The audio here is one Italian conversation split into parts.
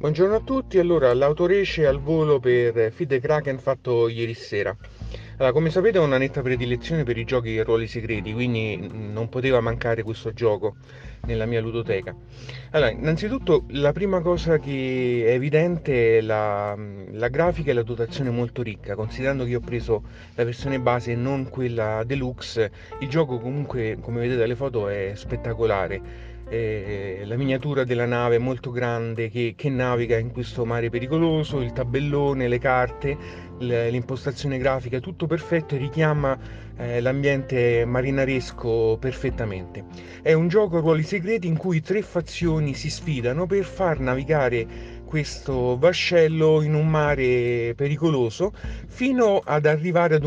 Buongiorno a tutti, allora l'autoresce al volo per Feed the Kraken fatto ieri sera. Allora, come sapete ho una netta predilezione per i giochi e ruoli segreti, quindi non poteva mancare questo gioco nella mia ludoteca. Allora, innanzitutto la prima cosa che è evidente è la grafica e la dotazione molto ricca, considerando che io ho preso la versione base e non quella deluxe, il gioco comunque, come vedete dalle foto, è spettacolare. La miniatura della nave è molto grande che naviga in questo mare pericoloso, il tabellone, le carte, l'impostazione grafica, tutto perfetto e richiama l'ambiente marinaresco perfettamente. È un gioco a ruoli segreti in cui tre fazioni si sfidano per far navigare questo vascello in un mare pericoloso fino ad arrivare ad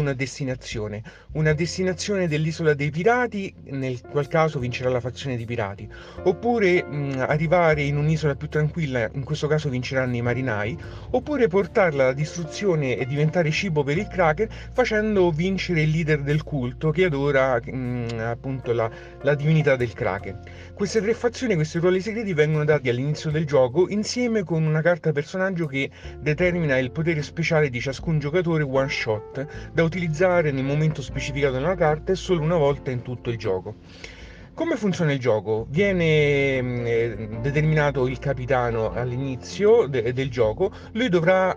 una destinazione dell'isola dei pirati, nel qual caso vincerà la fazione di pirati, oppure arrivare in un'isola più tranquilla, in questo caso vinceranno i marinai, oppure portarla alla distruzione e diventare cibo per il Kraken facendo vincere il leader del culto che adora appunto la divinità del Kraken. Queste tre fazioni, questi ruoli segreti vengono dati all'inizio del gioco insieme con una carta personaggio che determina il potere speciale di ciascun giocatore one shot da utilizzare nel momento specificato nella carta e solo una volta in tutto il gioco. Come funziona il gioco? Viene determinato il capitano all'inizio del gioco, lui dovrà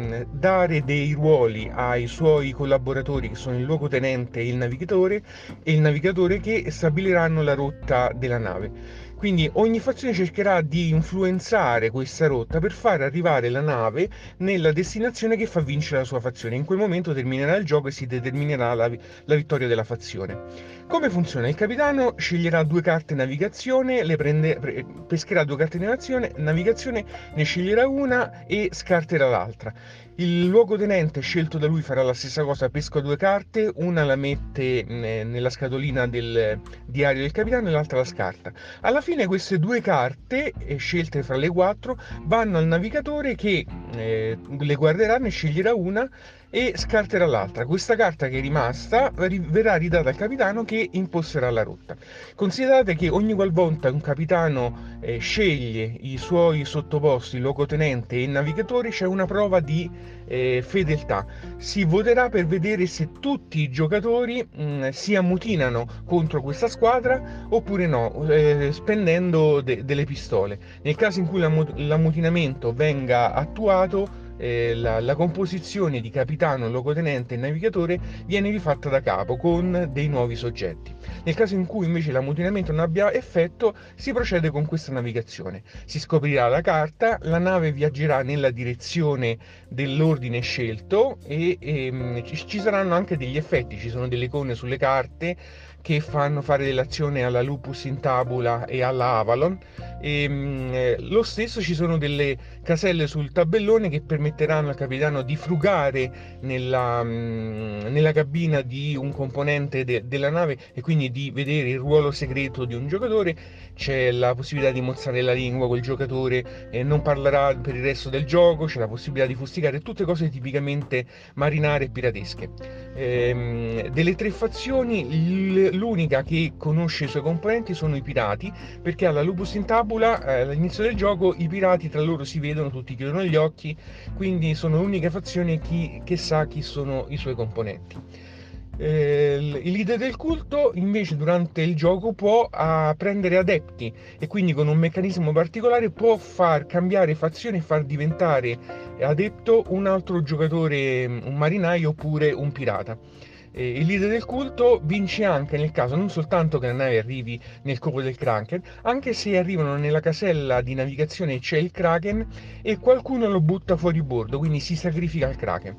dare dei ruoli ai suoi collaboratori che sono il luogotenente e il navigatore che stabiliranno la rotta della nave. Quindi ogni fazione cercherà di influenzare questa rotta per far arrivare la nave nella destinazione che fa vincere la sua fazione. In quel momento terminerà il gioco e si determinerà la vittoria della fazione. Come funziona? Il capitano sceglierà due carte navigazione, pescherà due carte navigazione, ne sceglierà una e scarterà l'altra. Il luogotenente scelto da lui farà la stessa cosa, pesca due carte, una la mette nella scatolina del diario del capitano e l'altra la scarta. Alla fine queste due carte, scelte fra le quattro, vanno al navigatore che le guarderà, ne sceglierà una e scarterà l'altra. Questa carta che è rimasta verrà ridata al capitano che imposterà la rotta. Considerate che ogni qualvolta un capitano sceglie i suoi sottoposti, il luogotenente e il navigatore, c'è una prova di fedeltà. Si voterà per vedere se tutti i giocatori si ammutinano contro questa squadra oppure no, spendendo delle pistole. Nel caso in cui l'ammutinamento venga attuato, la composizione di capitano, luogotenente e navigatore viene rifatta da capo con dei nuovi soggetti. Nel caso in cui invece l'ammutinamento non abbia effetto, si procede con questa navigazione. Si scoprirà la carta, la nave viaggerà nella direzione dell'ordine scelto e ci saranno anche degli effetti, ci sono delle icone sulle carte che fanno fare dell'azione alla Lupus in Tabula e alla Avalon. Lo stesso ci sono delle caselle sul tabellone che permetteranno al capitano di frugare nella cabina di un componente della nave e quindi di vedere il ruolo segreto di un giocatore. C'è la possibilità di mozzare la lingua col giocatore e non parlerà per il resto del gioco, c'è la possibilità di fustigare, tutte cose tipicamente marinare e piratesche. Delle tre fazioni, l'unica che conosce i suoi componenti sono i pirati, perché alla Lupus in Tabula, all'inizio del gioco, i pirati tra loro si vedono, tutti chiudono gli occhi, quindi sono l'unica fazione che sa chi sono i suoi componenti. Il leader del culto invece durante il gioco può prendere adepti e quindi con un meccanismo particolare può far cambiare fazione e far diventare adepto un altro giocatore, un marinaio oppure un pirata. Il leader del culto vince anche nel caso non soltanto che la nave arrivi nel covo del Kraken, anche se arrivano nella casella di navigazione c'è il Kraken e qualcuno lo butta fuori bordo, quindi si sacrifica al Kraken.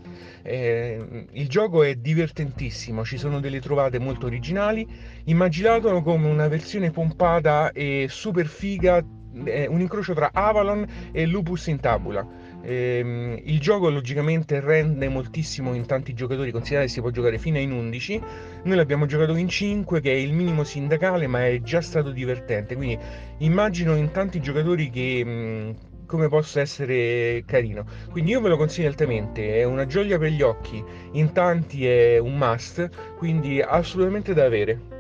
Il gioco è divertentissimo, ci sono delle trovate molto originali, immaginatelo come una versione pompata e super figa, un incrocio tra Avalon e Lupus in Tabula. Il gioco logicamente rende moltissimo in tanti giocatori, considerate che si può giocare fino in 11. Noi l'abbiamo giocato in 5, che è il minimo sindacale, ma è già stato divertente, quindi immagino in tanti giocatori che come possa essere carino. Quindi io ve lo consiglio altamente, è una gioia per gli occhi, in tanti è un must, quindi assolutamente da avere.